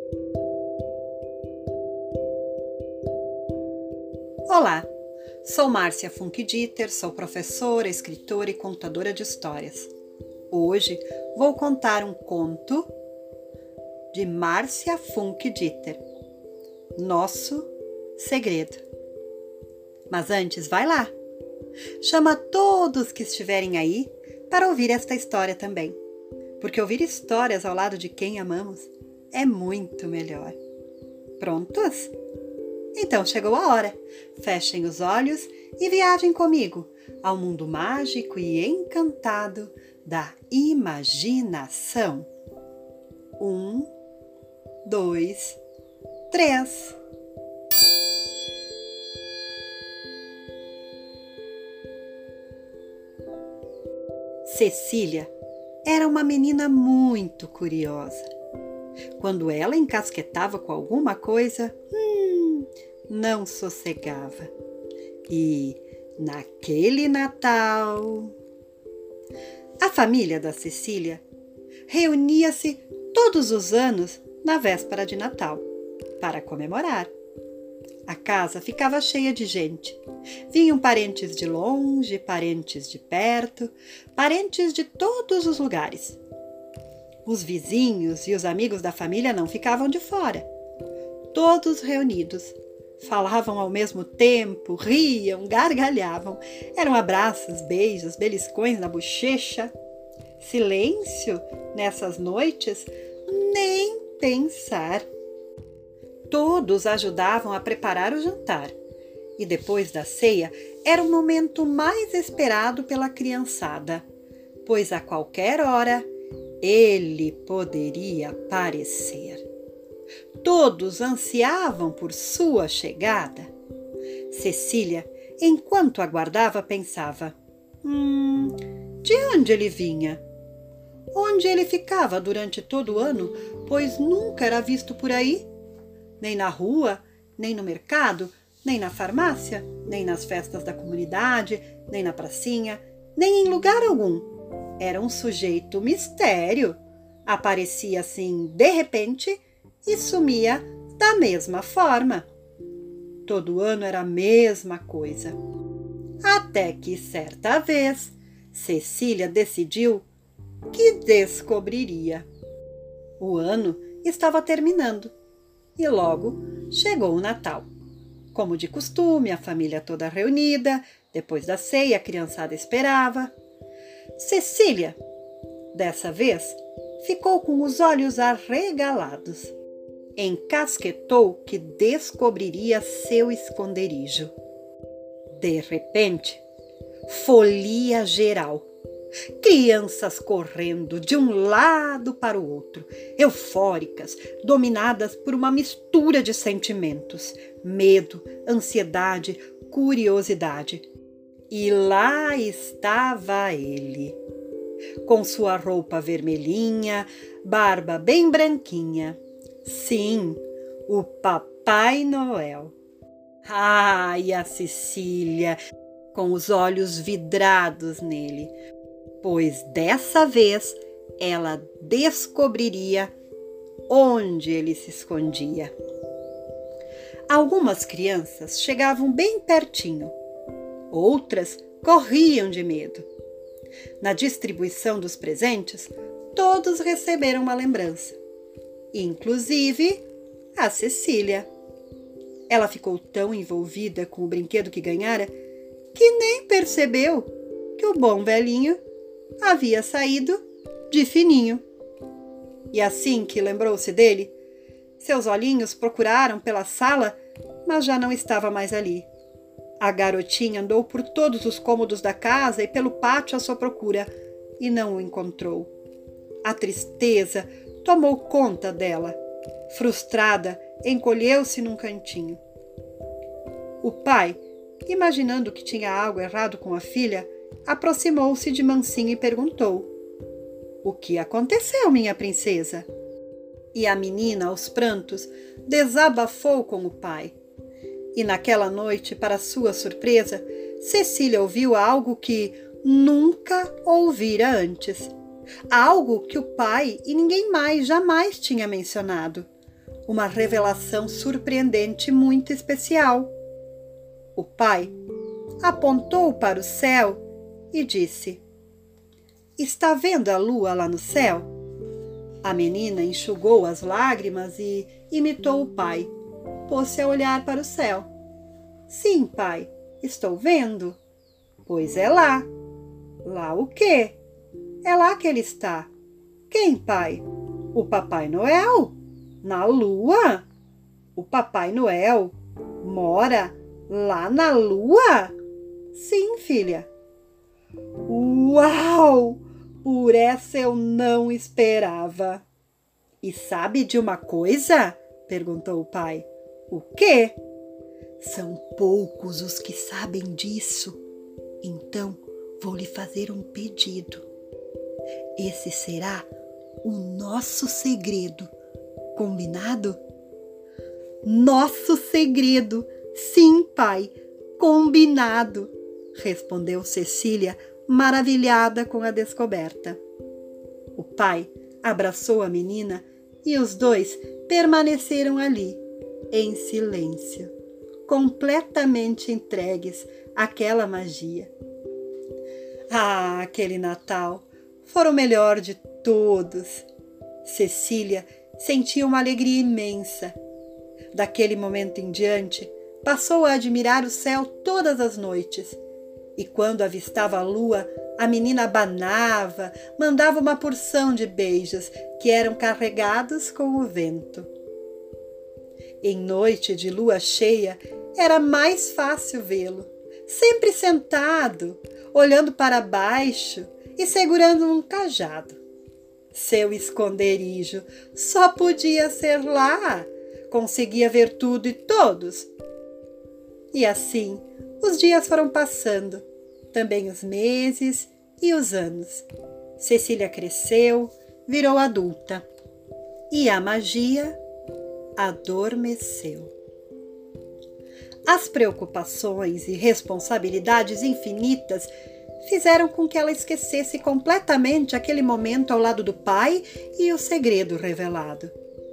Olá, sou Márcia Funk-Dieter, sou professora, escritora e contadora de histórias. Hoje vou contar um conto de Márcia Funk-Dieter, Nosso Segredo. Mas antes, vai lá! Chama todos que estiverem aí para ouvir esta história também, porque ouvir histórias ao lado de quem amamos é muito melhor. Prontos? Então chegou a hora. Fechem os olhos e viajem comigo ao mundo mágico e encantado da imaginação. 1, 2, 3. Cecília era uma menina muito curiosa. Quando ela encasquetava com alguma coisa, não sossegava. E naquele Natal, a família da Cecília reunia-se todos os anos na véspera de Natal para comemorar. A casa ficava cheia de gente. Vinham parentes de longe, parentes de perto, parentes de todos os lugares. Os vizinhos e os amigos da família não ficavam de fora. Todos reunidos. Falavam ao mesmo tempo, riam, gargalhavam. Eram abraços, beijos, beliscões na bochecha. Silêncio nessas noites, nem pensar. Todos ajudavam a preparar o jantar. E depois da ceia, era o momento mais esperado pela criançada, pois a qualquer hora ele poderia aparecer. Todos ansiavam por sua chegada. Cecília, enquanto aguardava, pensava: de onde ele vinha? Onde ele ficava durante todo o ano, pois nunca era visto por aí? Nem na rua, nem no mercado, nem na farmácia, nem nas festas da comunidade, nem na pracinha, nem em lugar algum. Era um sujeito mistério. Aparecia assim de repente e sumia da mesma forma. Todo ano era a mesma coisa. Até que certa vez Cecília decidiu que descobriria. O ano estava terminando e logo chegou o Natal. Como de costume, a família toda reunida, depois da ceia a criançada esperava. Cecília, dessa vez, ficou com os olhos arregalados. Encasquetou que descobriria seu esconderijo. De repente, folia geral. Crianças correndo de um lado para o outro, eufóricas, dominadas por uma mistura de sentimentos, medo, ansiedade, curiosidade. E lá estava ele, com sua roupa vermelhinha, barba bem branquinha. Sim, o Papai Noel. E a Cecília, com os olhos vidrados nele, pois dessa vez ela descobriria onde ele se escondia. Algumas crianças chegavam bem pertinho, outras corriam de medo. Na distribuição dos presentes, todos receberam uma lembrança, inclusive a Cecília. Ela ficou tão envolvida com o brinquedo que ganhara que nem percebeu que o bom velhinho havia saído de fininho. E assim que lembrou-se dele, seus olhinhos procuraram pela sala, mas já não estava mais ali. A garotinha andou por todos os cômodos da casa e pelo pátio à sua procura, e não o encontrou. A tristeza tomou conta dela. Frustrada, encolheu-se num cantinho. O pai, imaginando que tinha algo errado com a filha, aproximou-se de mansinho e perguntou: "O que aconteceu, minha princesa?" E a menina, aos prantos, desabafou com o pai. E naquela noite, para sua surpresa, Cecília ouviu algo que nunca ouvira antes. Algo que o pai e ninguém mais jamais tinha mencionado. uma revelação surpreendente e muito especial. O pai apontou para o céu e disse: "Está vendo a lua lá no céu?" A menina enxugou as lágrimas e imitou o pai. Pôs-se a olhar para o céu. "Sim, pai, estou vendo." "Pois é lá." "Lá o quê?" "É lá que ele está." "Quem, pai?" "O Papai Noel." "Na lua?" "O Papai Noel mora lá na lua?" "Sim, filha." "Uau! Por essa eu não esperava." "E sabe de uma coisa?" perguntou o pai. "O quê?" "São poucos os que sabem disso. Então vou lhe fazer um pedido. Esse será o nosso segredo. Combinado?" "Nosso segredo! Sim, pai, combinado!" respondeu Cecília, maravilhada com a descoberta. O pai abraçou a menina e os dois permaneceram ali, em silêncio, completamente entregues àquela magia. Ah, aquele Natal foi o melhor de todos. Cecília sentia uma alegria imensa. Daquele momento em diante, passou a admirar o céu todas as noites. E quando avistava a lua, a menina abanava, mandava uma porção de beijos que eram carregados com o vento. Em noite de lua cheia, era mais fácil vê-lo, sempre sentado, olhando para baixo e segurando um cajado. Seu esconderijo só podia ser lá. Conseguia ver tudo e todos. E assim, os dias foram passando, também os meses e os anos. Cecília cresceu, virou adulta. E a magia adormeceu. As preocupações e responsabilidades infinitas fizeram com que ela esquecesse completamente aquele momento ao lado do pai e o segredo revelado.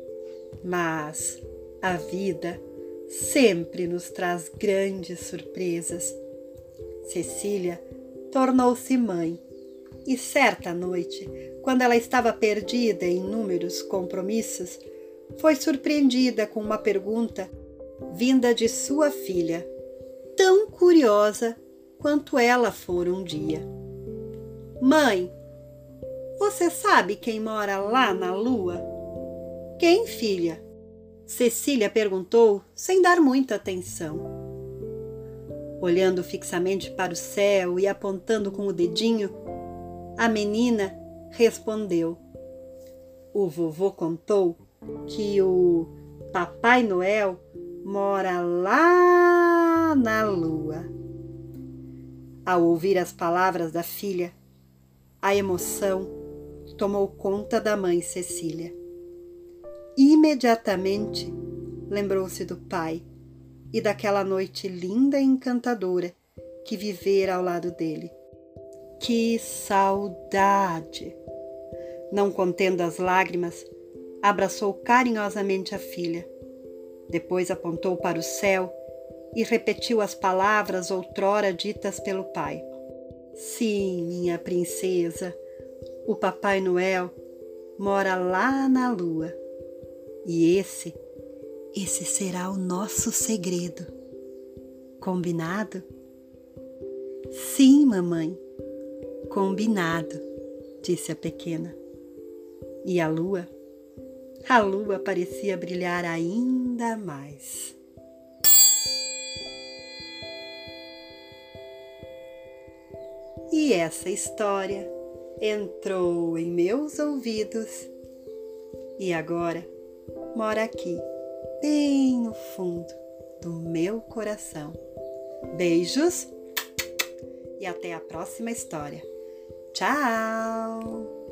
Mas a vida sempre nos traz grandes surpresas. Cecília tornou-se mãe e certa noite, quando ela estava perdida em inúmeros compromissos, foi surpreendida com uma pergunta vinda de sua filha, tão curiosa quanto ela fora um dia. "Mãe, você sabe quem mora lá na lua?" "Quem, filha?" Cecília perguntou sem dar muita atenção. Olhando fixamente para o céu e apontando com o dedinho, a menina respondeu: "O vovô contou que o Papai Noel mora lá na lua." Ao ouvir as palavras da filha, a emoção tomou conta da mãe Cecília. Imediatamente lembrou-se do pai e daquela noite linda e encantadora que vivera ao lado dele. Que saudade! Não contendo as lágrimas, abraçou carinhosamente a filha. Depois apontou para o céu e repetiu as palavras outrora ditas pelo pai. "Sim, minha princesa, o Papai Noel mora lá na lua. E esse será o nosso segredo. Combinado?" "Sim, mamãe, combinado", disse a pequena. E a lua parecia brilhar ainda mais. E essa história entrou em meus ouvidos e agora mora aqui, bem no fundo do meu coração. Beijos e até a próxima história. Tchau!